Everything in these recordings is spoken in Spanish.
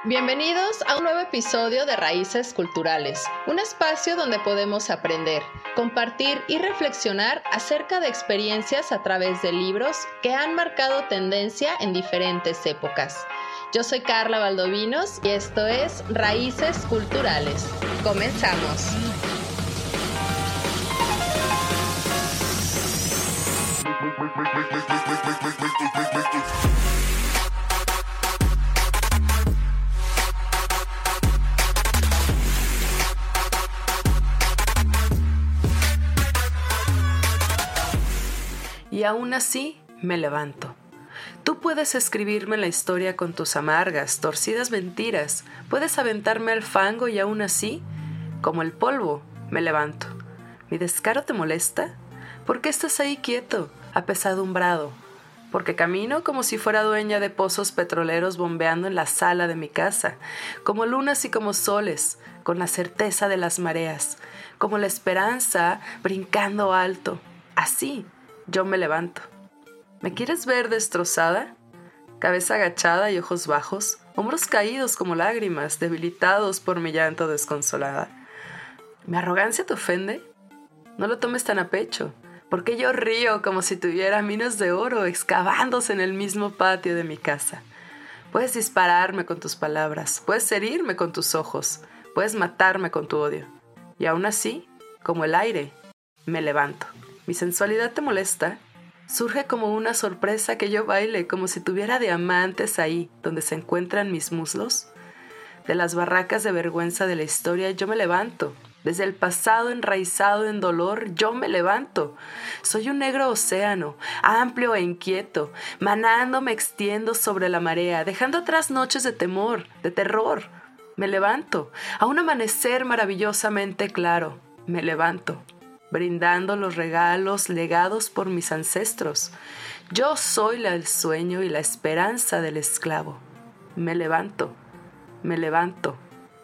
Bienvenidos a un nuevo episodio de Raíces Culturales, un espacio donde podemos aprender, compartir y reflexionar acerca de experiencias a través de libros que han marcado tendencia en diferentes épocas. Yo soy Carla Valdovinos y esto es Raíces Culturales. Comenzamos. Y aún así me levanto. Tú puedes escribirme la historia con tus amargas, torcidas mentiras. Puedes aventarme al fango y aún así, como el polvo, me levanto. ¿Mi descaro te molesta? ¿Por qué estás ahí quieto, apesadumbrado? Porque camino como si fuera dueña de pozos petroleros bombeando en la sala de mi casa, como lunas y como soles, con la certeza de las mareas, como la esperanza brincando alto. Así yo me levanto. ¿Me quieres ver destrozada? Cabeza agachada y ojos bajos, hombros caídos como lágrimas, debilitados por mi llanto desconsolada. ¿Mi arrogancia te ofende? No lo tomes tan a pecho, porque yo río como si tuviera minas de oro excavándose en el mismo patio de mi casa. Puedes dispararme con tus palabras, puedes herirme con tus ojos, puedes matarme con tu odio. Y aún así, como el aire, me levanto. ¿Mi sensualidad te molesta? Surge como una sorpresa que yo baile como si tuviera diamantes ahí donde se encuentran mis muslos. De las barracas de vergüenza de la historia yo me levanto. Desde el pasado enraizado en dolor yo me levanto. Soy un negro océano, amplio e inquieto. Manando me extiendo sobre la marea, dejando atrás noches de temor, de terror. Me levanto, a un amanecer maravillosamente claro. Me levanto, brindando los regalos legados por mis ancestros. Yo soy el sueño y la esperanza del esclavo. Me levanto, me levanto,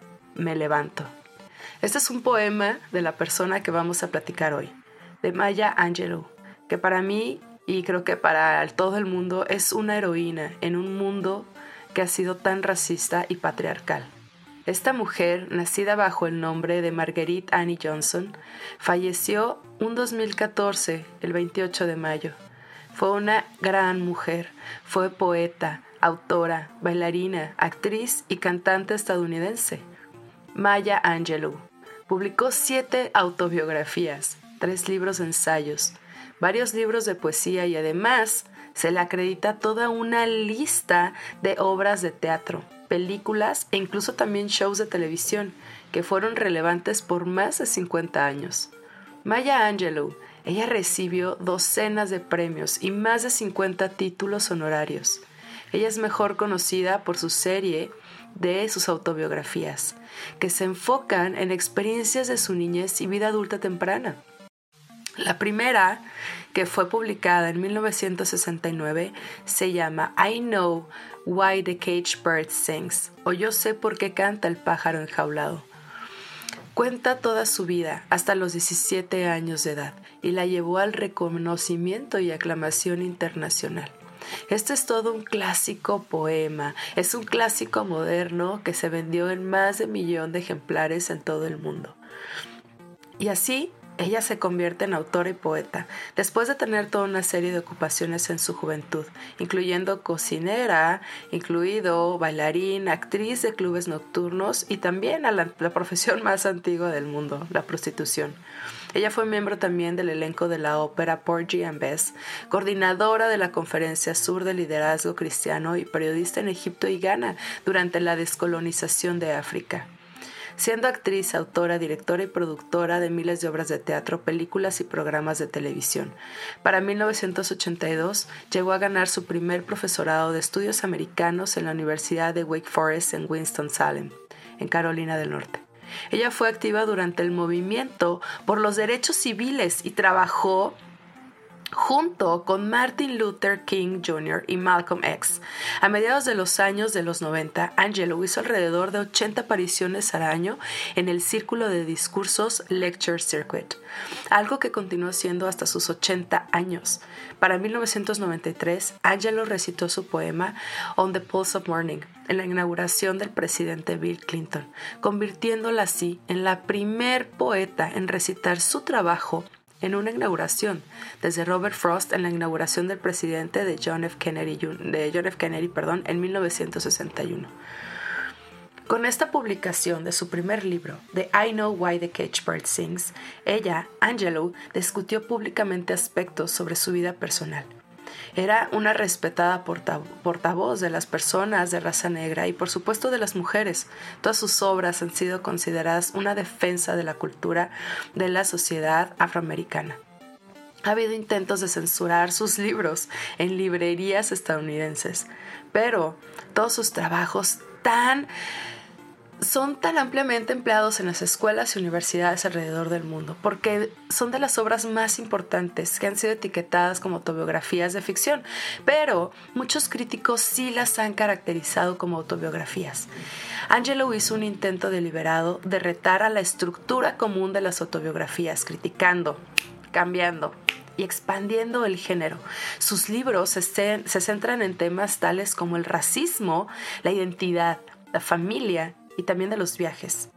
me levanto. Este es un poema de la persona que vamos a platicar hoy, de Maya Angelou, que para mí y creo que para todo el mundo es una heroína en un mundo que ha sido tan racista y patriarcal. Esta mujer, nacida bajo el nombre de Marguerite Annie Johnson, falleció un 2014, el 28 de mayo. Fue una gran mujer, fue poeta, autora, bailarina, actriz y cantante estadounidense. Maya Angelou publicó 7 autobiografías, 3 libros de ensayos, varios libros de poesía y además se le acredita toda una lista de obras de teatro, películas e incluso también shows de televisión que fueron relevantes por más de 50 años. Maya Angelou, ella recibió docenas de premios y más de 50 títulos honorarios. Ella es mejor conocida por su serie de sus autobiografías, que se enfocan en experiencias de su niñez y vida adulta temprana. La primera, que fue publicada en 1969, se llama I Know Why the Caged Bird Sings, o Yo sé por qué canta el pájaro enjaulado. Cuenta toda su vida hasta los 17 años de edad y la llevó al reconocimiento y aclamación internacional. Este es todo un clásico poema, es un clásico moderno que se vendió en más de 1 millón de ejemplares en todo el mundo. Y así ella se convierte en autora y poeta, después de tener toda una serie de ocupaciones en su juventud, incluyendo cocinera, incluido bailarín, actriz de clubes nocturnos y también a la profesión más antigua del mundo, la prostitución. Ella fue miembro también del elenco de la ópera Porgy and Bess, coordinadora de la Conferencia Sur de Liderazgo Cristiano y periodista en Egipto y Ghana durante la descolonización de África. Siendo actriz, autora, directora y productora de miles de obras de teatro, películas y programas de televisión. Para 1982 llegó a ganar su primer profesorado de estudios americanos en la Universidad de Wake Forest en Winston-Salem, en Carolina del Norte. Ella fue activa durante el movimiento por los derechos civiles y trabajó junto con Martin Luther King Jr. y Malcolm X. A mediados de los años de los 90, Angelou hizo alrededor de 80 apariciones al año en el círculo de discursos Lecture Circuit, algo que continuó siendo hasta sus 80 años. Para 1993, Angelou recitó su poema On the Pulse of Morning en la inauguración del presidente Bill Clinton, convirtiéndola así en la primer poeta en recitar su trabajo en una inauguración, desde Robert Frost en la inauguración del presidente de John F. Kennedy, en 1961. Con esta publicación de su primer libro, The I Know Why the Caged Bird Sings, Angelou, discutió públicamente aspectos sobre su vida personal. Era una respetada portavoz de las personas de raza negra y por supuesto de las mujeres. Todas sus obras han sido consideradas una defensa de la cultura de la sociedad afroamericana. Ha habido intentos de censurar sus libros en librerías estadounidenses, pero todos sus trabajos son tan ampliamente empleados en las escuelas y universidades alrededor del mundo, porque son de las obras más importantes que han sido etiquetadas como autobiografías de ficción, pero muchos críticos sí las han caracterizado como autobiografías. Angelou hizo un intento deliberado de retar a la estructura común de las autobiografías, criticando, cambiando y expandiendo el género. Sus libros se centran en temas tales como el racismo, la identidad, la familia y también de los viajes.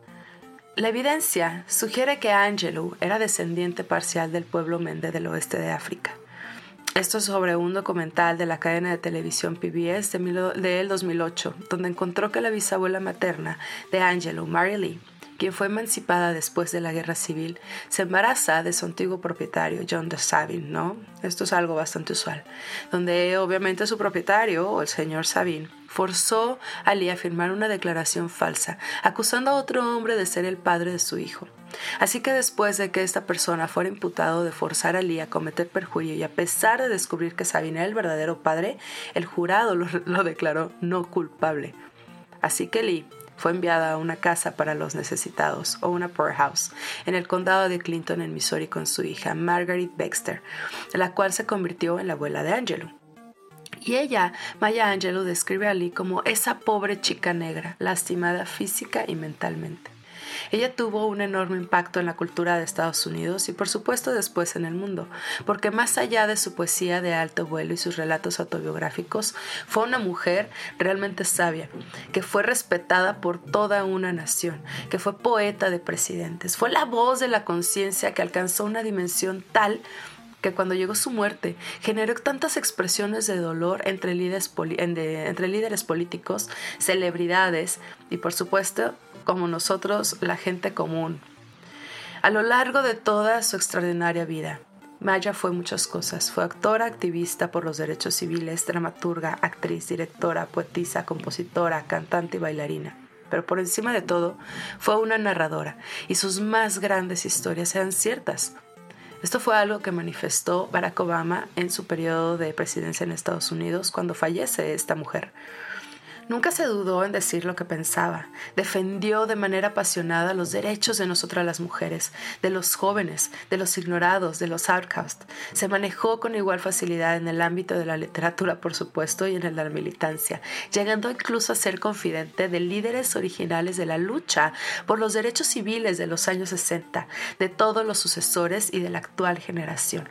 La evidencia sugiere que Angelou era descendiente parcial del pueblo mende del oeste de África. Esto es sobre un documental de la cadena de televisión PBS del 2008, donde encontró que la bisabuela materna de Angelou, Mary Lee, quien fue emancipada después de la guerra civil, se embaraza de su antiguo propietario, John de Sabin, ¿no? Esto es algo bastante usual, donde obviamente su propietario, o el señor Sabin, forzó a Lee a firmar una declaración falsa, acusando a otro hombre de ser el padre de su hijo. Así que después de que esta persona fuera imputado de forzar a Lee a cometer perjurio y a pesar de descubrir que Sabin era el verdadero padre, el jurado lo declaró no culpable. Así que Lee fue enviada a una casa para los necesitados, o una poorhouse, en el condado de Clinton, en Missouri, con su hija, Margaret Baxter, la cual se convirtió en la abuela de Angelou. Y Maya Angelou, describe a Lee como esa pobre chica negra, lastimada física y mentalmente. Ella tuvo un enorme impacto en la cultura de Estados Unidos y por supuesto después en el mundo, porque más allá de su poesía de alto vuelo y sus relatos autobiográficos, fue una mujer realmente sabia, que fue respetada por toda una nación, que fue poeta de presidentes, fue la voz de la conciencia que alcanzó una dimensión tal que cuando llegó su muerte generó tantas expresiones de dolor entre líderes políticos, celebridades y por supuesto como nosotros, la gente común. A lo largo de toda su extraordinaria vida, Maya fue muchas cosas. Fue actora, activista por los derechos civiles, dramaturga, actriz, directora, poetisa, compositora, cantante y bailarina. Pero por encima de todo, fue una narradora y sus más grandes historias eran ciertas. Esto fue algo que manifestó Barack Obama en su periodo de presidencia en Estados Unidos cuando fallece esta mujer. Nunca se dudó en decir lo que pensaba. Defendió de manera apasionada los derechos de nosotras las mujeres, de los jóvenes, de los ignorados, de los outcasts. Se manejó con igual facilidad en el ámbito de la literatura, por supuesto, y en el de la militancia, llegando incluso a ser confidente de líderes originales de la lucha por los derechos civiles de los años 60, de todos los sucesores y de la actual generación.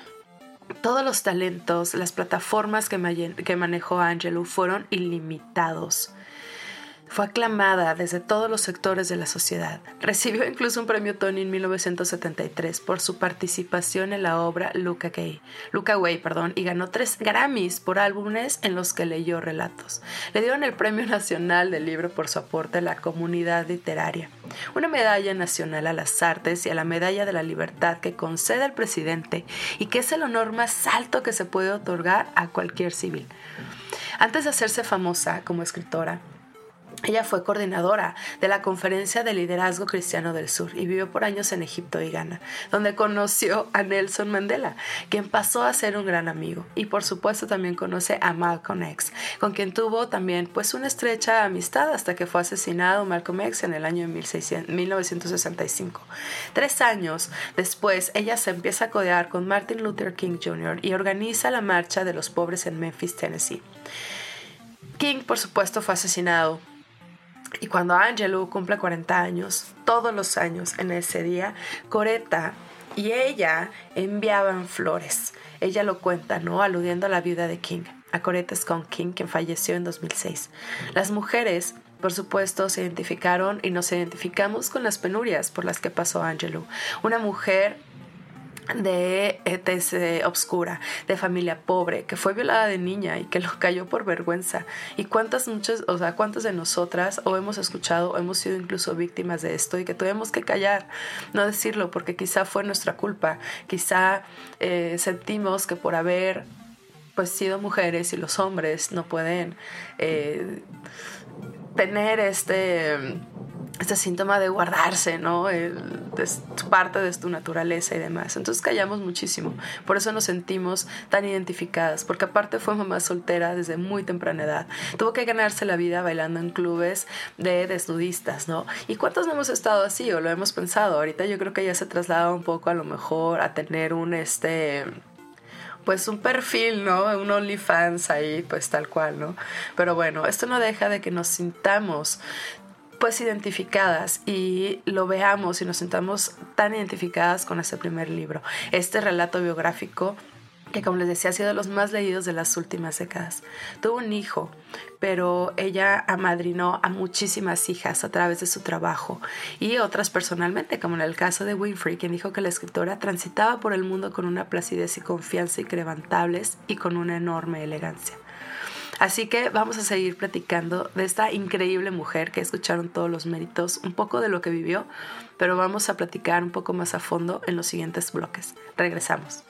Todos los talentos, las plataformas que manejó Angelou fueron ilimitados. Fue aclamada desde todos los sectores de la sociedad. Recibió incluso un premio Tony en 1973 por su participación en la obra Luca Way, y ganó 3 Grammys por álbumes en los que leyó relatos. Le dieron el Premio Nacional del Libro por su aporte a la comunidad literaria, una medalla nacional a las artes y a la Medalla de la Libertad que concede el presidente y que es el honor más alto que se puede otorgar a cualquier civil. Antes de hacerse famosa como escritora, Ella fue coordinadora de la Conferencia de Liderazgo Cristiano del Sur y vivió por años en Egipto y Ghana, donde conoció a Nelson Mandela, quien pasó a ser un gran amigo. Y por supuesto también conoce a Malcolm X, con quien tuvo también pues una estrecha amistad hasta que fue asesinado Malcolm X en el año 1965. 3 años después, ella se empieza a codear con Martin Luther King Jr. y organiza la Marcha de los Pobres en Memphis, Tennessee. King, por supuesto, fue asesinado. Y cuando Angelou cumple 40 años, todos los años en ese día, Coretta y ella enviaban flores. Ella lo cuenta, ¿no? Aludiendo a la viuda de King, a Coretta Scott King, quien falleció en 2006. Las mujeres, por supuesto, se identificaron y nos identificamos con las penurias por las que pasó Angelou. Una mujer de tez obscura, de familia pobre, que fue violada de niña y que lo cayó por vergüenza. Y cuántas de nosotras o hemos escuchado o hemos sido incluso víctimas de esto y que tuvimos que callar, no decirlo porque quizá fue nuestra culpa, quizá sentimos que por haber pues sido mujeres y los hombres no pueden tener este síntoma de guardarse, ¿no? Es parte de tu naturaleza y demás. Entonces callamos muchísimo. Por eso nos sentimos tan identificadas, porque aparte fue mamá soltera desde muy temprana edad. Tuvo que ganarse la vida bailando en clubes de desnudistas, ¿no? ¿Y cuántos no hemos estado así o lo hemos pensado? Ahorita yo creo que ya se traslada un poco a lo mejor a tener pues un perfil, ¿no? Un OnlyFans ahí, pues tal cual, ¿no? Pero bueno, esto no deja de que nos sintamos pues identificadas y lo veamos y nos sintamos tan identificadas con este primer libro, este relato biográfico que, como les decía, ha sido de los más leídos de las últimas décadas. Tuvo un hijo, pero ella amadrinó a muchísimas hijas a través de su trabajo y otras personalmente, como en el caso de Winfrey, quien dijo que la escritora transitaba por el mundo con una placidez y confianza inquebrantables y con una enorme elegancia. Así que vamos a seguir platicando de esta increíble mujer que escucharon todos los méritos, un poco de lo que vivió, pero vamos a platicar un poco más a fondo en los siguientes bloques. Regresamos.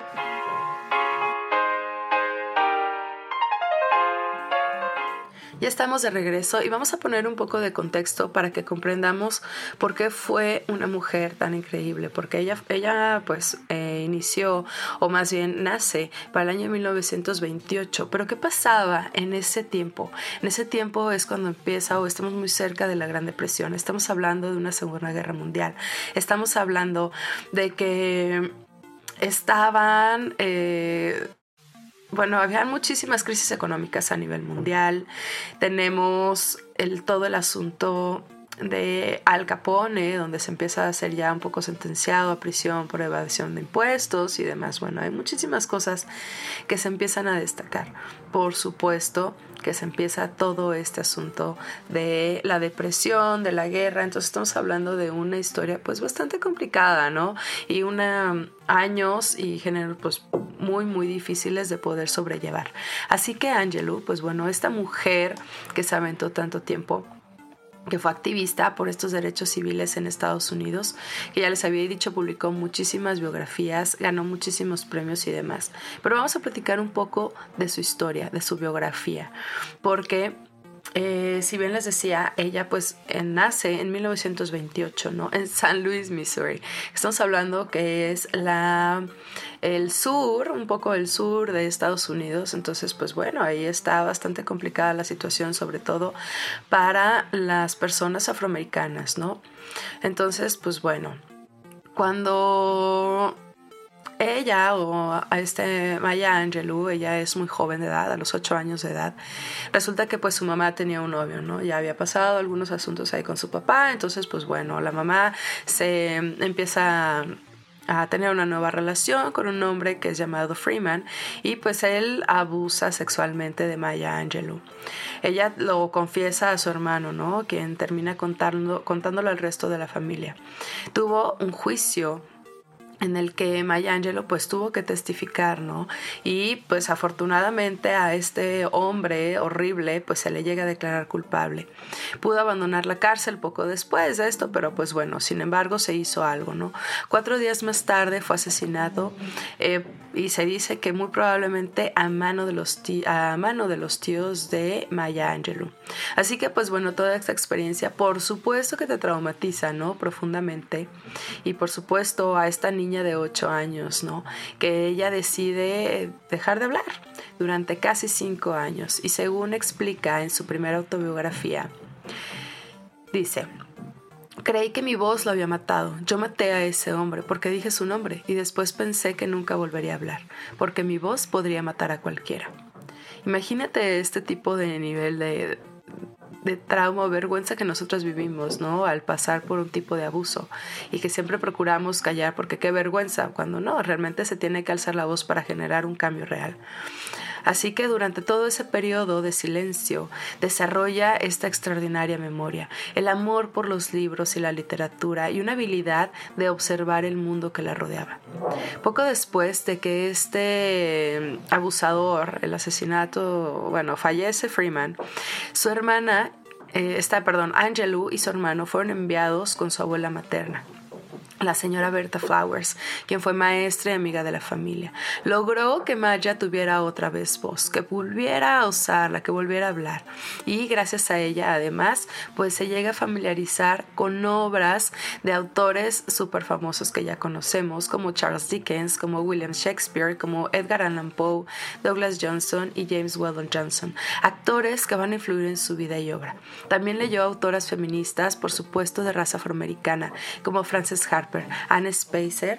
Ya estamos de regreso y vamos a poner un poco de contexto para que comprendamos por qué fue una mujer tan increíble, porque ella pues inició, o más bien nace para el año 1928, pero ¿qué pasaba en ese tiempo? En ese tiempo es cuando empieza o estamos muy cerca de la Gran Depresión, estamos hablando de una Segunda Guerra Mundial, estamos hablando de que estaban... había muchísimas crisis económicas a nivel mundial. Tenemos todo el asunto de Al Capone, donde se empieza a ser ya un poco sentenciado a prisión por evasión de impuestos y demás. Bueno, hay muchísimas cosas que se empiezan a destacar. Por supuesto que se empieza todo este asunto de la depresión, de la guerra. Entonces estamos hablando de una historia pues bastante complicada, ¿no? Y años y géneros pues muy muy difíciles de poder sobrellevar. Así que Angelou, pues bueno, esta mujer que se aventó tanto tiempo, que fue activista por estos derechos civiles en Estados Unidos, que ya les había dicho, publicó muchísimas biografías, ganó muchísimos premios y demás. Pero vamos a platicar un poco de su historia, de su biografía, porque si bien les decía, ella pues nace en 1928, ¿no? En San Luis, Missouri. Estamos hablando que es el sur, un poco el sur de Estados Unidos. Entonces, pues bueno, ahí está bastante complicada la situación, sobre todo para las personas afroamericanas, ¿no? Entonces, pues bueno, cuando ella Maya Angelou, ella es muy joven de edad, a los 8 años de edad. Resulta que pues su mamá tenía un novio, ¿no? Ya había pasado algunos asuntos ahí con su papá, entonces pues bueno, la mamá se empieza a tener una nueva relación con un hombre que es llamado Freeman y pues él abusa sexualmente de Maya Angelou. Ella lo confiesa a su hermano, ¿no? Quien termina contándolo al resto de la familia. Tuvo un juicio en el que Maya Angelou pues tuvo que testificar, ¿no? Y pues afortunadamente a este hombre horrible pues se le llega a declarar culpable. Pudo abandonar la cárcel poco después de esto, pero pues bueno, sin embargo se hizo algo, ¿no? 4 días más tarde fue asesinado y se dice que muy probablemente a mano de los tíos de Maya Angelou. Así que pues bueno, toda esta experiencia por supuesto que te traumatiza, ¿no? Profundamente. Y por supuesto a esta niña de 8 años, ¿no? Que ella decide dejar de hablar durante casi 5 años. Y según explica en su primera autobiografía, dice: creí que mi voz lo había matado. Yo maté a ese hombre porque dije su nombre y después pensé que nunca volvería a hablar, porque mi voz podría matar a cualquiera. Imagínate este tipo de nivel de trauma o vergüenza que nosotros vivimos, ¿no? Al pasar por un tipo de abuso y que siempre procuramos callar porque qué vergüenza, cuando no, realmente se tiene que alzar la voz para generar un cambio real. Así que durante todo ese periodo de silencio desarrolla esta extraordinaria memoria, el amor por los libros y la literatura y una habilidad de observar el mundo que la rodeaba. Poco después de que este abusador, el asesinato, fallece Freeman, su hermana, Angelou y su hermano fueron enviados con su abuela materna, la señora Bertha Flowers, quien fue maestra y amiga de la familia. Logró que Maya tuviera otra vez voz, que volviera a usarla, que volviera a hablar. Y gracias a ella, además, pues se llega a familiarizar con obras de autores súper famosos que ya conocemos, como Charles Dickens, como William Shakespeare, como Edgar Allan Poe, Douglas Johnson y James Weldon Johnson, actores que van a influir en su vida y obra. También leyó a autoras feministas, por supuesto de raza afroamericana, como Frances Harper, Anne Spencer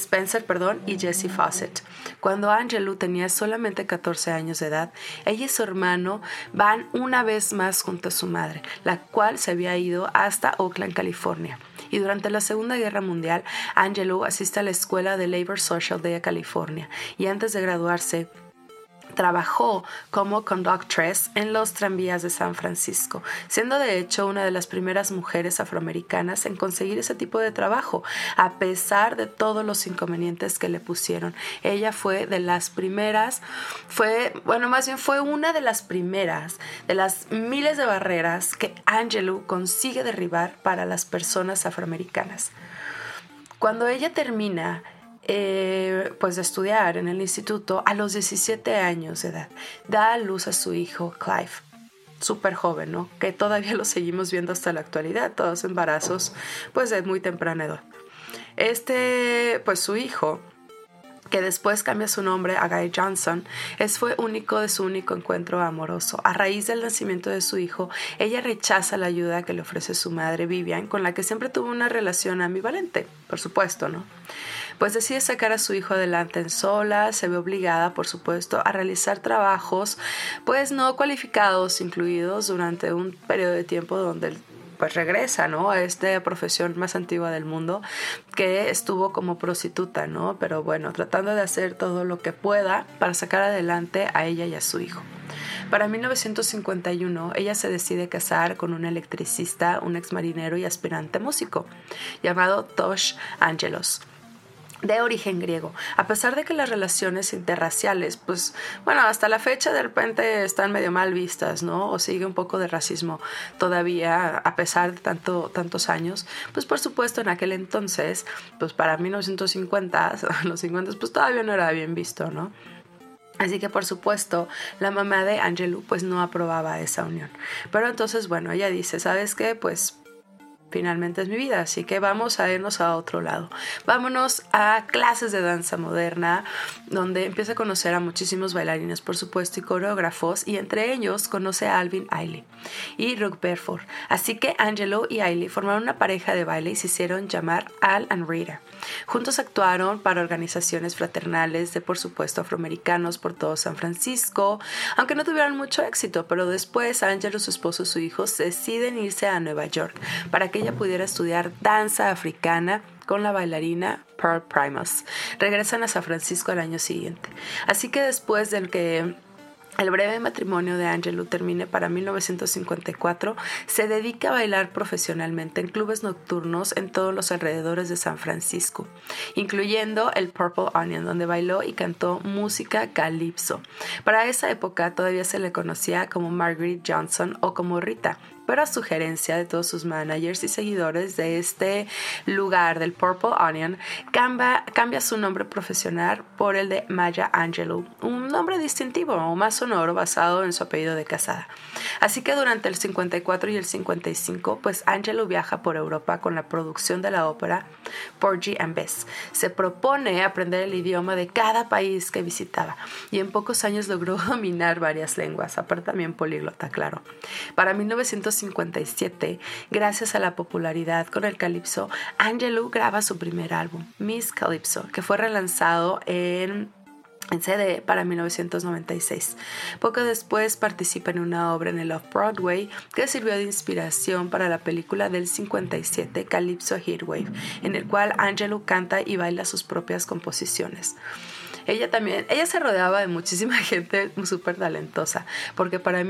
y Jessie Fawcett. Cuando Angelou tenía solamente 14 años de edad, ella y su hermano van una vez más junto a su madre, la cual se había ido hasta Oakland, California. Y durante la Segunda Guerra Mundial, Angelou asiste a la escuela de Labor Social de California y antes de graduarse, trabajó como conductress en los tranvías de San Francisco, siendo de hecho una de las primeras mujeres afroamericanas en conseguir ese tipo de trabajo, a pesar de todos los inconvenientes que le pusieron. Ella fue de las primeras, fue una de las primeras de las miles de barreras que Angelou consigue derribar para las personas afroamericanas. Cuando ella termina de estudiar en el instituto, a los 17 años de edad, da a luz a su hijo Clive, súper joven, ¿no? Que todavía lo seguimos viendo hasta la actualidad, todos embarazos pues de muy temprana edad. Su hijo, que después cambia su nombre a Guy Johnson, fue único de su único encuentro amoroso. A raíz del nacimiento de su hijo, ella rechaza la ayuda que le ofrece su madre Vivian, con la que siempre tuvo una relación ambivalente, por supuesto, ¿no? Pues decide sacar a su hijo adelante en sola, se ve obligada, por supuesto, a realizar trabajos pues no cualificados incluidos durante un periodo de tiempo donde pues regresa, ¿no?, a esta profesión más antigua del mundo, que estuvo como prostituta, ¿no? Pero bueno, tratando de hacer todo lo que pueda para sacar adelante a ella y a su hijo. Para 1951, ella se decide casar con un electricista, un exmarinero y aspirante músico, llamado Tosh Angelos, de origen griego. A pesar de que las relaciones interraciales, hasta la fecha de repente están medio mal vistas, ¿no? O sigue un poco de racismo todavía, a pesar de tantos años, pues por supuesto en aquel entonces, pues para 1950, los 50, pues todavía no era bien visto, ¿no? Así que por supuesto la mamá de Angelou pues no aprobaba esa unión. Pero entonces, ella dice, ¿sabes qué? Pues finalmente es mi vida, así que vamos a irnos a otro lado. Vámonos a clases de danza moderna, donde empieza a conocer a muchísimos bailarines, por supuesto, y coreógrafos, y entre ellos conoce a Alvin Ailey y Brooke Bedford. Así que Angelou y Ailey formaron una pareja de baile y se hicieron llamar Al and Rita. Juntos actuaron para organizaciones fraternales de, por supuesto, afroamericanos por todo San Francisco, aunque no tuvieron mucho éxito, pero después Angelou, su esposo y su hijo deciden irse a Nueva York para que ella pudiera estudiar danza africana con la bailarina Pearl Primus. Regresan a San Francisco al año siguiente. Así que después del que el breve matrimonio de Angelou termine para 1954, se dedica a bailar profesionalmente en clubes nocturnos en todos los alrededores de San Francisco, incluyendo el Purple Onion, donde bailó y cantó música calipso. Para esa época todavía se le conocía como Marguerite Johnson o como Rita, pero a sugerencia de todos sus managers y seguidores de este lugar del Purple Onion, cambia su nombre profesional por el de Maya Angelou, un nombre distintivo o más sonoro basado en su apellido de casada. Así que durante el 54 y el 55, pues Angelou viaja por Europa con la producción de la ópera Porgy and Bess. Se propone aprender el idioma de cada país que visitaba y en pocos años logró dominar varias lenguas, aparte también políglota, claro. Para 1957, gracias a la popularidad con el calipso, Angelou graba su primer álbum, Miss Calypso, que fue relanzado en CD para 1996. Poco después participa en una obra en el Off-Broadway que sirvió de inspiración para la película del 57, Calypso Heatwave, en el cual Angelou canta y baila sus propias composiciones. Ella se rodeaba de muchísima gente súper talentosa, porque para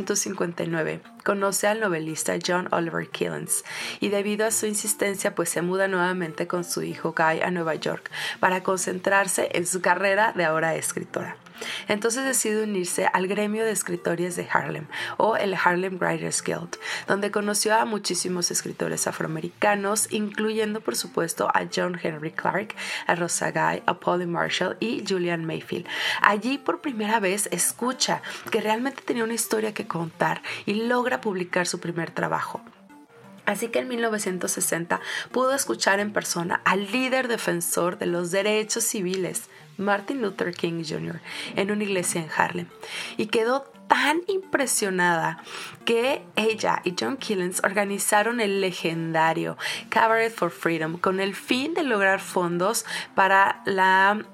1959 conoce al novelista John Oliver Killens y debido a su insistencia pues se muda nuevamente con su hijo Guy a Nueva York para concentrarse en su carrera de ahora escritora. Entonces decide unirse al gremio de escritores de Harlem o el Harlem Writers Guild, donde conoció a muchísimos escritores afroamericanos, incluyendo por supuesto a John Henry Clark, a Rosa Guy, a Polly Marshall y Julian Mayfield. Allí por primera vez escucha que realmente tenía una historia que contar y logra publicar su primer trabajo. Así que en 1960 pudo escuchar en persona al líder defensor de los derechos civiles, Martin Luther King Jr., en una iglesia en Harlem, y quedó tan impresionada que ella y John Killens organizaron el legendario Cabaret for Freedom con el fin de lograr fondos para la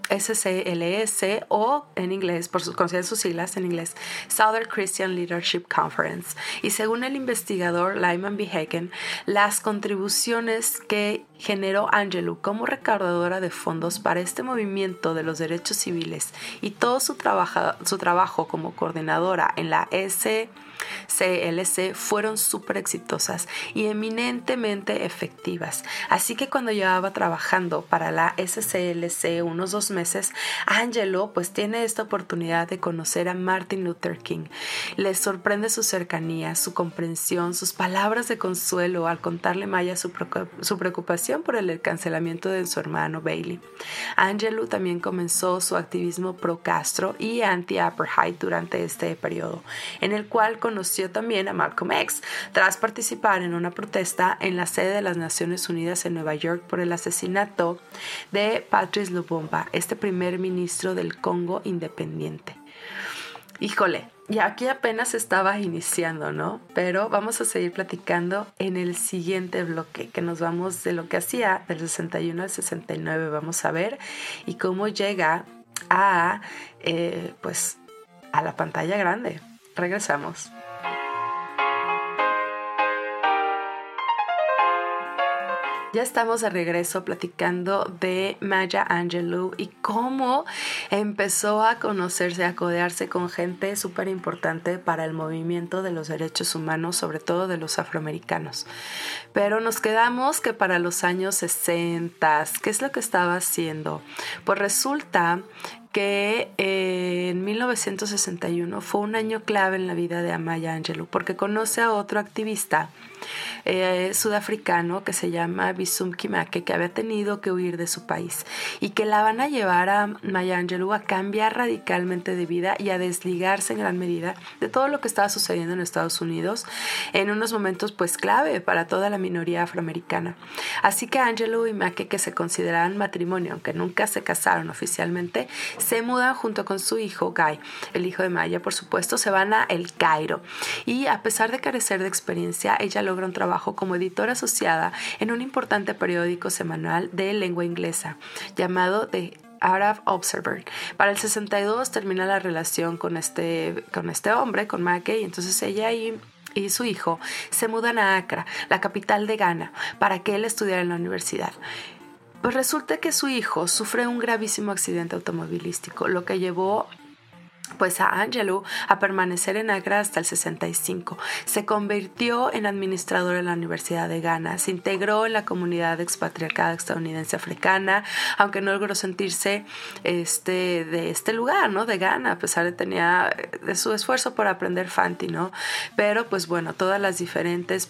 SCLS o en inglés, por sus siglas en inglés, Southern Christian Leadership Conference. Y según el investigador Lyman B. Hagen, las contribuciones que generó Angelou como recaudadora de fondos para este movimiento de los derechos civiles y todo su trabajo como coordinadora en la SCLC fueron súper exitosas y eminentemente efectivas. Así que cuando llevaba trabajando para la SCLC unos 2 meses, Angelou pues tiene esta oportunidad de conocer a Martin Luther King. Le sorprende su cercanía, su comprensión, sus palabras de consuelo al contarle a Maya su preocupación por el cancelamiento de su hermano Bailey. Angelou también comenzó su activismo pro Castro y anti-apartheid durante este periodo, en el cual conoció también a Malcolm X, tras participar en una protesta en la sede de las Naciones Unidas en Nueva York por el asesinato de Patrice Lumumba, este primer ministro del Congo independiente. Híjole, y aquí apenas estaba iniciando, ¿no? Pero vamos a seguir platicando en el siguiente bloque, que nos vamos de lo que hacía del 61 al 69, vamos a ver, y cómo llega a, a la pantalla grande. Regresamos. Ya estamos de regreso platicando de Maya Angelou y cómo empezó a conocerse, a codearse con gente súper importante para el movimiento de los derechos humanos, sobre todo de los afroamericanos. Pero nos quedamos que para los años 60, ¿qué es lo que estaba haciendo? Pues resulta que en 1961 fue un año clave en la vida de Maya Angelou porque conoce a otro activista sudafricano que se llama Bisum Kimake, que había tenido que huir de su país y que la van a llevar a Maya Angelou a cambiar radicalmente de vida y a desligarse en gran medida de todo lo que estaba sucediendo en Estados Unidos en unos momentos pues clave para toda la minoría afroamericana. Así que Angelou y Make, que se consideraban matrimonio aunque nunca se casaron oficialmente, se mudan junto con su hijo Guy, el hijo de Maya por supuesto, se van a El Cairo y a pesar de carecer de experiencia, ella logra un trabajo como editora asociada en un importante periódico semanal de lengua inglesa llamado The Arab Observer. Para el 62 termina la relación con este hombre, con Make, y entonces ella y su hijo se mudan a Accra, la capital de Ghana, para que él estudiara en la universidad. Pues resulta que su hijo sufre un gravísimo accidente automovilístico, lo que llevó pues a Angelou a permanecer en Accra hasta el 65. Se convirtió en administrador en la Universidad de Ghana, se integró en la comunidad expatriada estadounidense africana, aunque no logró sentirse de este lugar, ¿no? De Ghana, a pesar de su esfuerzo por aprender Fanti, ¿no? Pero pues bueno, todas las diferencias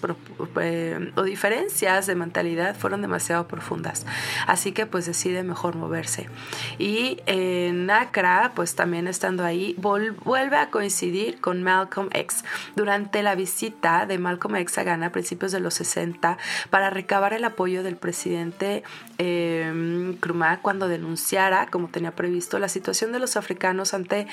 de mentalidad fueron demasiado profundas, así que pues decide mejor moverse. Y en Accra, pues también estando ahí, vuelve a coincidir con Malcolm X durante la visita de Malcolm X a Ghana a principios de los 60 para recabar el apoyo del presidente Nkrumah cuando denunciara, como tenía previsto, la situación de los afroamericanos ante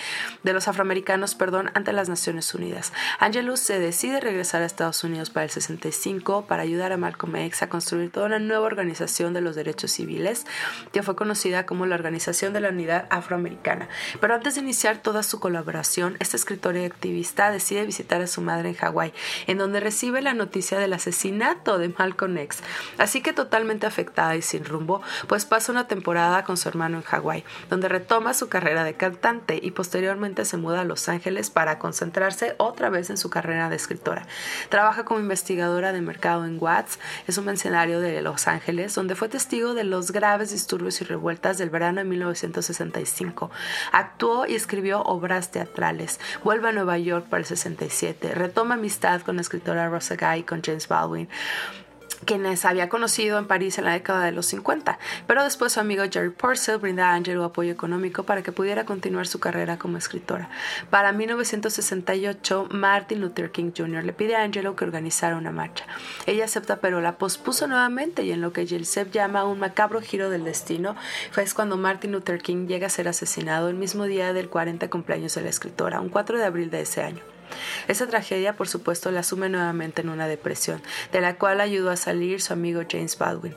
las Naciones Unidas. Angelou se decide regresar a Estados Unidos para el 65 para ayudar a Malcolm X a construir toda una nueva organización de los derechos civiles que fue conocida como la Organización de la Unidad Afroamericana. Pero antes de iniciar toda su colaboración, esta escritora y activista decide visitar a su madre en Hawái, en donde recibe la noticia del asesinato de Malcolm X. Así que totalmente afectada y sin rumbo, pues pasa una temporada con su hermano en Hawái, donde retoma su carrera de cantante y posteriormente se muda a Los Ángeles para concentrarse otra vez en su carrera de escritora. Trabaja como investigadora de mercado en Watts, es un vecindario de Los Ángeles, donde fue testigo de los graves disturbios y revueltas del verano de 1965. Actuó y escribió obras teatrales. Vuelve a Nueva York para el 67. Retoma amistad con la escritora Rosa Guy y con James Baldwin, quienes había conocido en París en la década de los 50, pero después su amigo Jerry Purcell brinda a Angelou apoyo económico para que pudiera continuar su carrera como escritora. Para 1968, Martin Luther King Jr. le pide a Angelou que organizara una marcha. Ella acepta, pero la pospuso nuevamente, y en lo que Gilles llama un macabro giro del destino, fue cuando Martin Luther King llega a ser asesinado el mismo día del 40 cumpleaños de la escritora, un 4 de abril de ese año. Esa tragedia, por supuesto, la sume nuevamente en una depresión, de la cual ayudó a salir su amigo James Baldwin.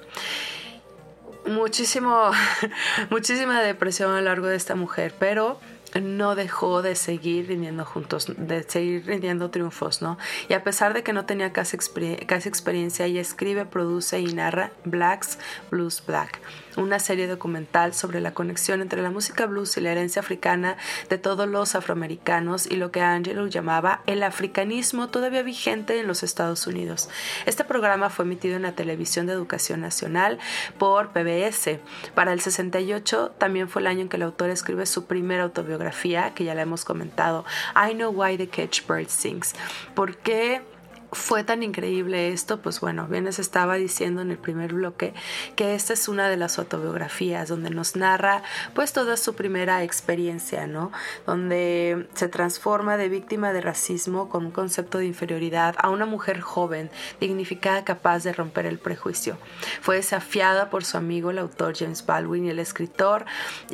Muchísima depresión a lo largo de esta mujer, pero no dejó de seguir rindiendo triunfos, ¿no? Y a pesar de que no tenía casi experiencia, ella escribe, produce y narra Blacks Blues Black, una serie documental sobre la conexión entre la música blues y la herencia africana de todos los afroamericanos y lo que Angelou llamaba el africanismo todavía vigente en los Estados Unidos. Este programa fue emitido en la televisión de Educación Nacional por PBS. Para el 68 también fue el año en que el autor escribe su primera autobiografía, que ya la hemos comentado, I Know Why the Catchbird Sings. ¿Por qué fue tan increíble esto? Pues bueno, bien les estaba diciendo en el primer bloque que esta es una de las autobiografías donde nos narra pues toda su primera experiencia, ¿no? Donde se transforma de víctima de racismo con un concepto de inferioridad a una mujer joven, dignificada, capaz de romper el prejuicio. Fue desafiada por su amigo el autor James Baldwin y el editor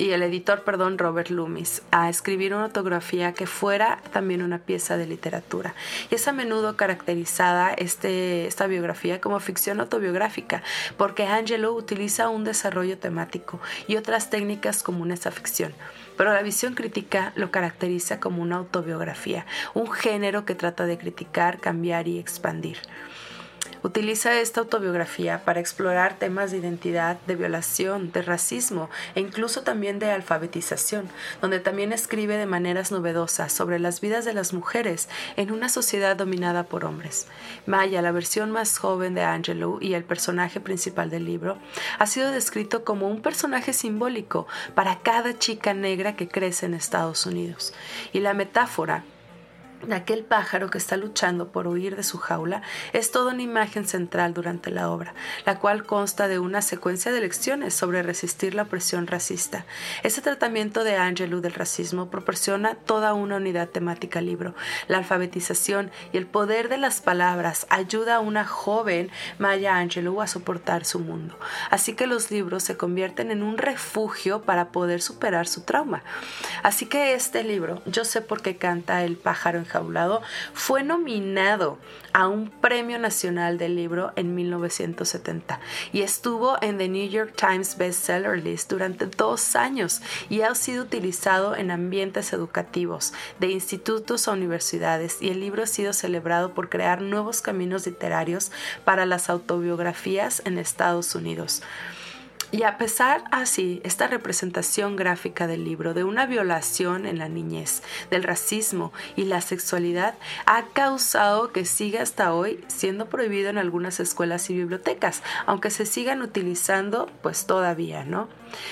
Robert Loomis a escribir una autobiografía que fuera también una pieza de literatura, y es a menudo caracterizada esta biografía como ficción autobiográfica, porque Angelou utiliza un desarrollo temático y otras técnicas comunes a ficción, pero la visión crítica lo caracteriza como una autobiografía, un género que trata de criticar, cambiar y expandir. Utiliza esta autobiografía para explorar temas de identidad, de violación, de racismo e incluso también de alfabetización, donde también escribe de maneras novedosas sobre las vidas de las mujeres en una sociedad dominada por hombres. Maya, la versión más joven de Angelou y el personaje principal del libro, ha sido descrito como un personaje simbólico para cada chica negra que crece en Estados Unidos. Y la metáfora de aquel pájaro que está luchando por huir de su jaula es toda una imagen central durante la obra, la cual consta de una secuencia de lecciones sobre resistir la opresión racista. Ese tratamiento de Angelou del racismo proporciona toda una unidad temática al libro. La alfabetización y el poder de las palabras ayuda a una joven Maya Angelou a soportar su mundo. Así que los libros se convierten en un refugio para poder superar su trauma. Así que este libro, Yo sé por qué canta el pájaro enjaulado, fue nominado a un Premio Nacional del Libro en 1970 y estuvo en The New York Times Bestseller List durante 2 años y ha sido utilizado en ambientes educativos, de institutos a universidades, y el libro ha sido celebrado por crear nuevos caminos literarios para las autobiografías en Estados Unidos. Y a pesar así, esta representación gráfica del libro de una violación en la niñez, del racismo y la sexualidad ha causado que siga hasta hoy siendo prohibido en algunas escuelas y bibliotecas, aunque se sigan utilizando pues todavía, ¿no?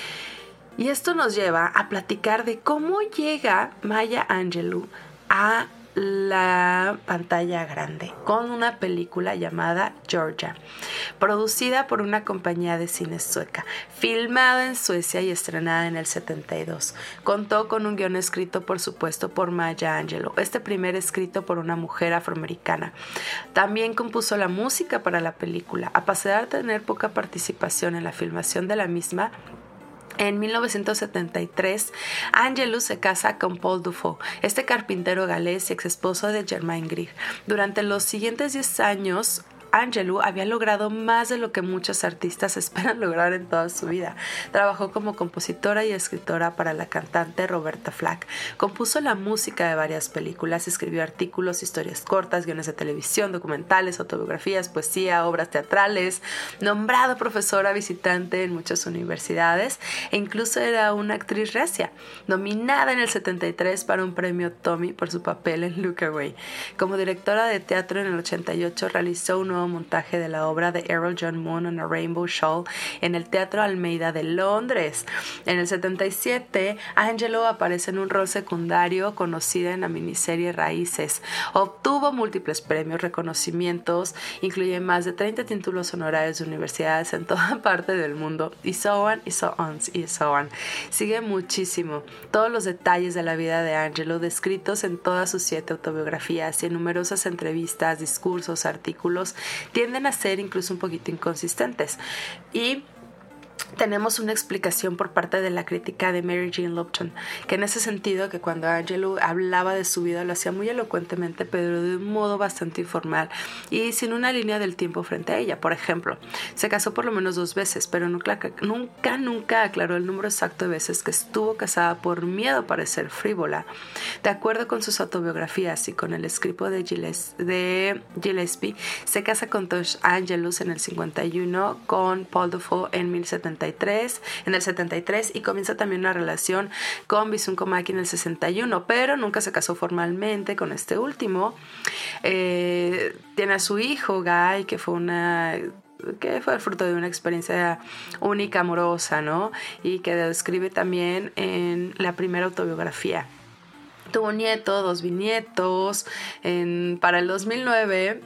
Y esto nos lleva a platicar de cómo llega Maya Angelou a la pantalla grande con una película llamada Georgia, producida por una compañía de cine sueca, filmada en Suecia y estrenada en el 72. Contó con un guion escrito, por supuesto, por Maya Angelou, este primer escrito por una mujer afroamericana. También compuso la música para la película. A pesar de tener poca participación en la filmación de la misma, en 1973, Angelou se casa con Paul Dufault, este carpintero galés y ex esposo de Germaine Greer. Durante los siguientes 10 años, Angelou había logrado más de lo que muchos artistas esperan lograr en toda su vida. Trabajó como compositora y escritora para la cantante Roberta Flack. Compuso la música de varias películas, escribió artículos, historias cortas, guiones de televisión, documentales, autobiografías, poesía, obras teatrales, nombrado profesora visitante en muchas universidades e incluso era una actriz recia, nominada en el 73 para un premio Tony por su papel en Look Away. Como directora de teatro en el 88 realizó un nuevo montaje de la obra de Errol John Moon on a Rainbow Shawl en el Teatro Almeida de Londres. En el 77, Angelou aparece en un rol secundario conocida en la miniserie Raíces. Obtuvo múltiples premios, reconocimientos, incluye más de 30 títulos honorarios de universidades en toda parte del mundo, y so on, y so on, y so on. Sigue muchísimo. Todos los detalles de la vida de Angelou descritos en todas sus 7 autobiografías y en numerosas entrevistas, discursos, artículos, tienden a ser incluso un poquito inconsistentes. Y tenemos una explicación por parte de la crítica de Mary Jean Lupton, que en ese sentido, que cuando Angelou hablaba de su vida lo hacía muy elocuentemente, pero de un modo bastante informal y sin una línea del tiempo frente a ella. Por ejemplo, se casó por lo menos 2 veces, pero nunca aclaró el número exacto de veces que estuvo casada por miedo a parecer frívola. De acuerdo con sus autobiografías y con el escrito de Gillespie, se casa con Tosh Angelou en el 51, con Paul Dufault en el 73 y comienza también una relación con Bisunko Maki en el 61, pero nunca se casó formalmente con este último. Tiene a su hijo Guy, que fue el fruto de una experiencia única, amorosa, ¿no? Y que describe también en la primera autobiografía. Tuvo un nieto, 2 bisnietos. Para el 2009,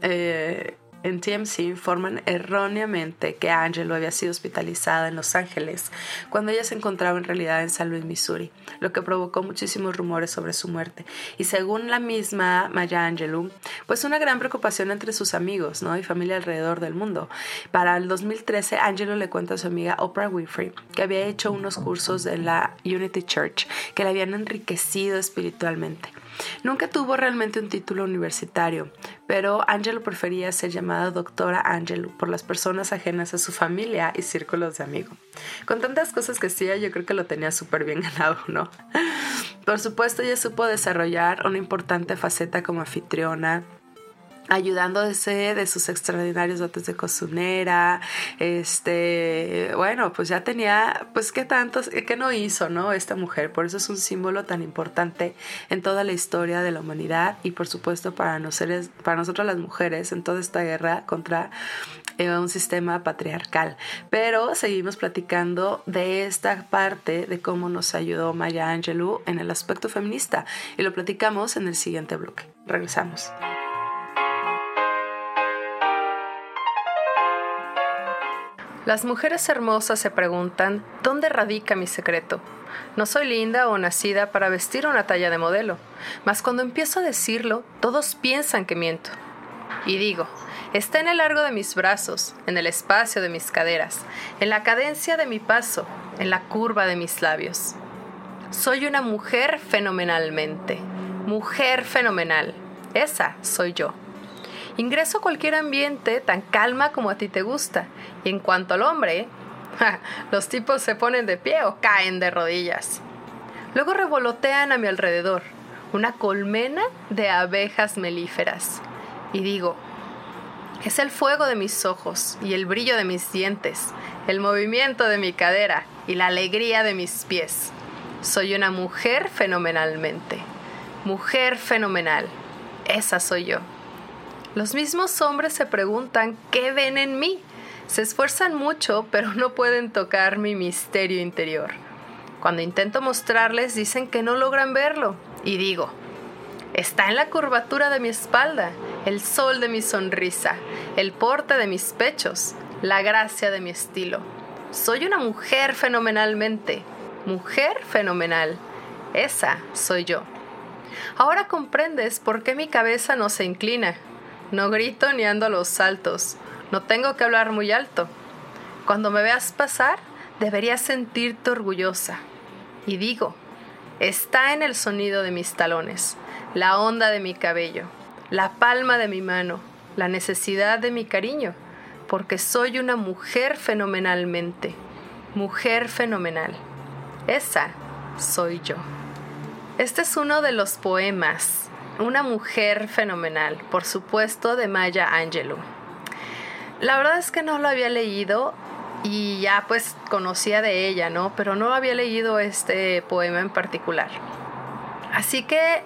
en TMZ informan erróneamente que Angelou había sido hospitalizada en Los Ángeles cuando ella se encontraba en realidad en San Luis, Missouri, lo que provocó muchísimos rumores sobre su muerte. Y según la misma Maya Angelou, pues una gran preocupación entre sus amigos, ¿no? Y familia alrededor del mundo. Para el 2013, Angelou le cuenta a su amiga Oprah Winfrey que había hecho unos cursos en la Unity Church que la habían enriquecido espiritualmente. Nunca tuvo realmente un título universitario, pero Angelou prefería ser llamada Doctora Angelou por las personas ajenas a su familia y círculos de amigos. Con tantas cosas que hacía, yo creo que lo tenía súper bien ganado, ¿no? Por supuesto, ella supo desarrollar una importante faceta como anfitriona, ayudándose de sus extraordinarios dotes de cocinera. Bueno, pues ya tenía, pues qué no hizo, ¿no? Esta mujer. Por eso es un símbolo tan importante en toda la historia de la humanidad y por supuesto para nosotras las mujeres en toda esta guerra contra un sistema patriarcal. Pero seguimos platicando de esta parte de cómo nos ayudó Maya Angelou en el aspecto feminista y lo platicamos en el siguiente bloque. Regresamos. Las mujeres hermosas se preguntan, ¿dónde radica mi secreto? No soy linda o nacida para vestir una talla de modelo, mas cuando empiezo a decirlo, todos piensan que miento. Y digo, está en el largo de mis brazos, en el espacio de mis caderas, en la cadencia de mi paso, en la curva de mis labios. Soy una mujer fenomenalmente, mujer fenomenal, esa soy yo. Ingreso a cualquier ambiente tan calma como a ti te gusta. Y en cuanto al hombre, los tipos se ponen de pie o caen de rodillas. Luego revolotean a mi alrededor, una colmena de abejas melíferas. Y digo, Es el fuego de mis ojos y el brillo de mis dientes, el movimiento de mi cadera y la alegría de mis pies. Soy una mujer fenomenalmente. Mujer fenomenal. Esa soy yo. Los mismos hombres se preguntan ¿qué ven en mí? Se esfuerzan mucho, pero no pueden tocar mi misterio interior. Cuando intento mostrarles, dicen que no logran verlo. Y digo, está en la curvatura de mi espalda, el sol de mi sonrisa, el porte de mis pechos, la gracia de mi estilo. Soy una mujer fenomenalmente. Mujer fenomenal. Esa soy yo. Ahora comprendes por qué mi cabeza no se inclina. No grito ni ando a los saltos. No tengo que hablar muy alto. Cuando me veas pasar, deberías sentirte orgullosa. Y digo, está en el sonido de mis talones, la onda de mi cabello, la palma de mi mano, la necesidad de mi cariño, porque soy una mujer fenomenalmente. Mujer fenomenal. Esa soy yo. Este es uno de los poemas, Una mujer fenomenal, por supuesto, de Maya Angelou. La verdad es que no lo había leído y ya pues conocía de ella, ¿no? Pero no había leído este poema en particular. Así que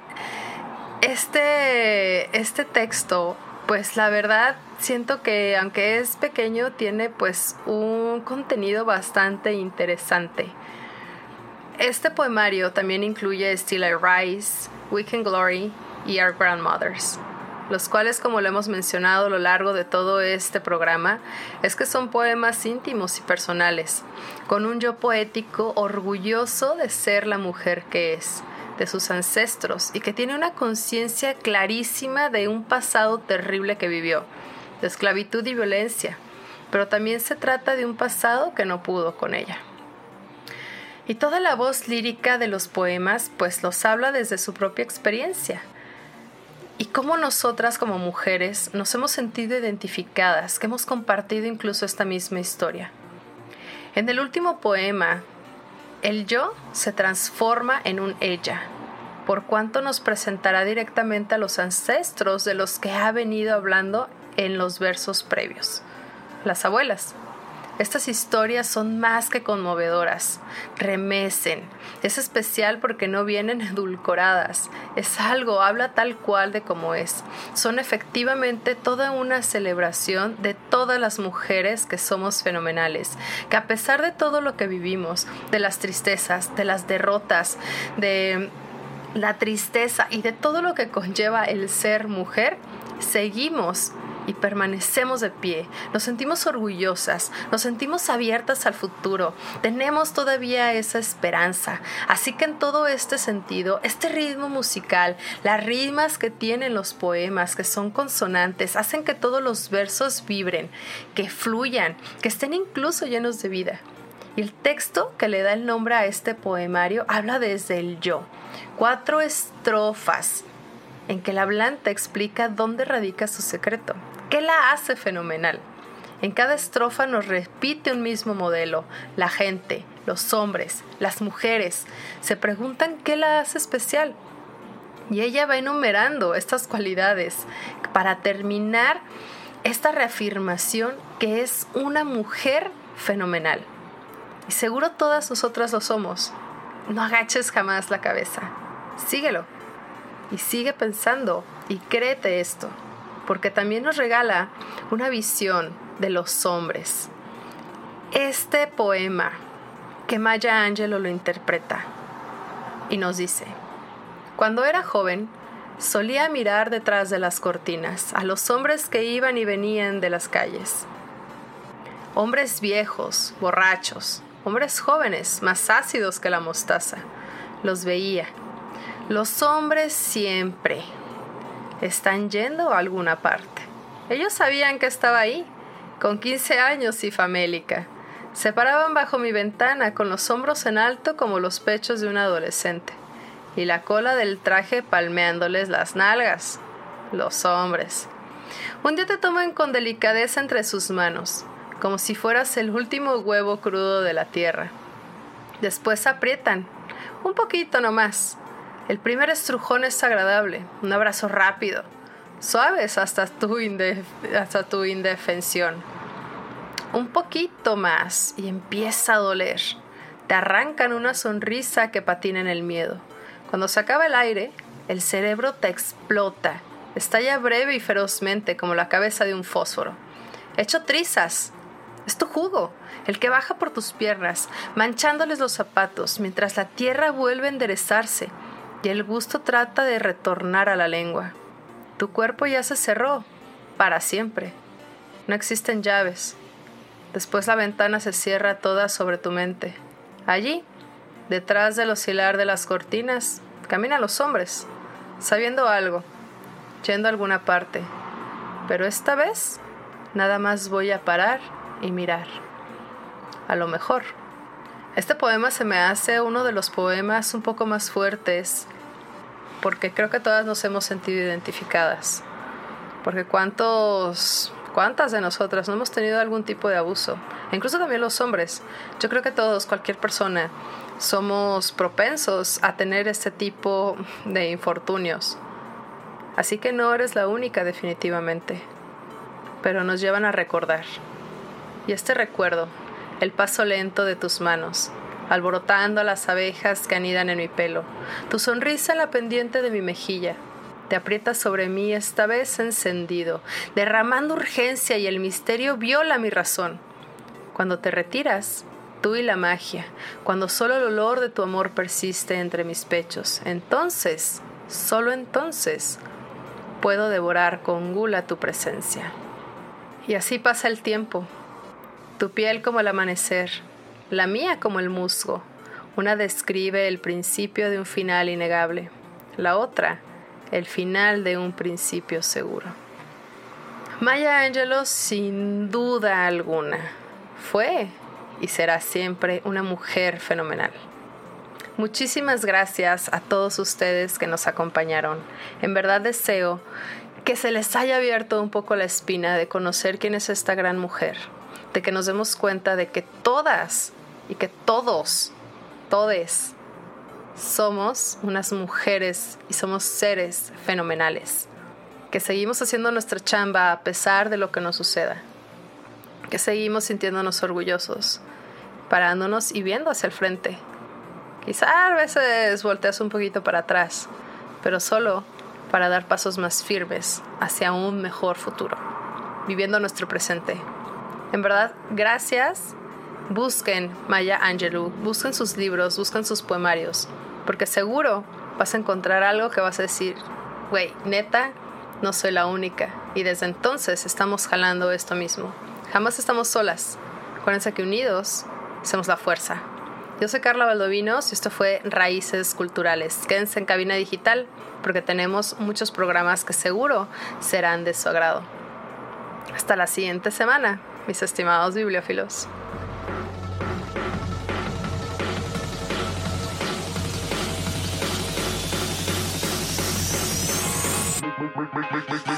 este texto, pues la verdad siento que aunque es pequeño, tiene pues un contenido bastante interesante. Este poemario también incluye Still I Rise, We Can Glory y Our Grandmothers, los cuales, como lo hemos mencionado a lo largo de todo este programa, es que son poemas íntimos y personales, con un yo poético orgulloso de ser la mujer que es, de sus ancestros, y que tiene una conciencia clarísima de un pasado terrible que vivió, de esclavitud y violencia, pero también se trata de un pasado que no pudo con ella. Y toda la voz lírica de los poemas pues los habla desde su propia experiencia. Y cómo nosotras como mujeres nos hemos sentido identificadas, que hemos compartido incluso esta misma historia. En el último poema, el yo se transforma en un ella, por cuanto nos presentará directamente a los ancestros de los que ha venido hablando en los versos previos, las abuelas. Estas historias son más que conmovedoras, remecen. Es especial porque no vienen edulcoradas. Es algo, habla tal cual de cómo es. Son efectivamente toda una celebración de todas las mujeres que somos fenomenales, que a pesar de todo lo que vivimos, de las tristezas, de las derrotas, de la tristeza y de todo lo que conlleva el ser mujer, seguimos y permanecemos de pie, nos sentimos orgullosas, nos sentimos abiertas al futuro, tenemos todavía esa esperanza. Así que en todo este sentido, este ritmo musical, las rimas que tienen los poemas, que son consonantes, hacen que todos los versos vibren, que fluyan, que estén incluso llenos de vida. Y el texto que le da el nombre a este poemario habla desde el yo. 4 estrofas en que el hablante explica dónde radica su secreto. ¿Qué la hace fenomenal? En cada estrofa nos repite un mismo modelo. La gente, los hombres, las mujeres se preguntan qué la hace especial. Y ella va enumerando estas cualidades para terminar esta reafirmación que es una mujer fenomenal. Y seguro todas nosotras lo somos. No agaches jamás la cabeza. Síguelo. Y sigue pensando y créete esto, porque también nos regala una visión de los hombres. Este poema que Maya Angelou lo interpreta y nos dice: cuando era joven, solía mirar detrás de las cortinas a los hombres que iban y venían de las calles. Hombres viejos, borrachos, hombres jóvenes, más ácidos que la mostaza. Los veía. Los hombres siempre están yendo a alguna parte. Ellos sabían que estaba ahí, con 15 años y famélica. Se paraban bajo mi ventana con los hombros en alto como los pechos de un adolescente y la cola del traje palmeándoles las nalgas. Los hombres. Un día te toman con delicadeza entre sus manos, como si fueras el último huevo crudo de la tierra. Después aprietan, un poquito nomás. El primer estrujón es agradable, un abrazo rápido. suaves hasta tu indefensión. Un poquito más y empieza a doler. Te arrancan una sonrisa que patina en el miedo. Cuando se acaba el aire, el cerebro te explota. Estalla breve y ferozmente como la cabeza de un fósforo. Hecho trizas. Es tu jugo, el que baja por tus piernas, manchándoles los zapatos, mientras la tierra vuelve a enderezarse y el gusto trata de retornar a la lengua. Tu cuerpo ya se cerró, para siempre. No existen llaves. Después la ventana se cierra toda sobre tu mente. Allí, detrás del oscilar de las cortinas, caminan los hombres, sabiendo algo, yendo a alguna parte. Pero esta vez, nada más voy a parar y mirar. A lo mejor. Este poema se me hace uno de los poemas un poco más fuertes, porque creo que todas nos hemos sentido identificadas. Porque ¿cuántas de nosotras no hemos tenido algún tipo de abuso? E incluso también los hombres. Yo creo que todos, cualquier persona, somos propensos a tener este tipo de infortunios. Así que no eres la única, definitivamente. Pero nos llevan a recordar. Y este recuerdo, el paso lento de tus manos, alborotando a las abejas que anidan en mi pelo, tu sonrisa en la pendiente de mi mejilla, te aprietas sobre mí esta vez encendido, derramando urgencia y el misterio viola mi razón. Cuando te retiras, tú y la magia, cuando solo el olor de tu amor persiste entre mis pechos, entonces, solo entonces, puedo devorar con gula tu presencia. Y así pasa el tiempo, tu piel como el amanecer, la mía como el musgo. Una describe el principio de un final innegable, la otra, el final de un principio seguro. Maya Angelou, sin duda alguna, fue y será siempre una mujer fenomenal. Muchísimas gracias a todos ustedes que nos acompañaron. En verdad deseo que se les haya abierto un poco la espina de conocer quién es esta gran mujer, de que nos demos cuenta de que todas y que todes somos unas mujeres y somos seres fenomenales, que seguimos haciendo nuestra chamba a pesar de lo que nos suceda, que seguimos sintiéndonos orgullosos, parándonos y viendo hacia el frente. Quizá a veces volteas un poquito para atrás, pero solo para dar pasos más firmes hacia un mejor futuro, viviendo nuestro presente. En verdad, gracias. Busquen Maya Angelou, busquen sus libros, busquen sus poemarios, porque seguro vas a encontrar algo que vas a decir, güey, neta, no soy la única. Y desde entonces estamos jalando esto mismo. Jamás estamos solas. Acuérdense que unidos hacemos la fuerza. Yo soy Carla Valdovinos y esto fue Raíces Culturales. Quédense en cabina digital porque tenemos muchos programas que seguro serán de su agrado. Hasta la siguiente semana, mis estimados bibliófilos. Make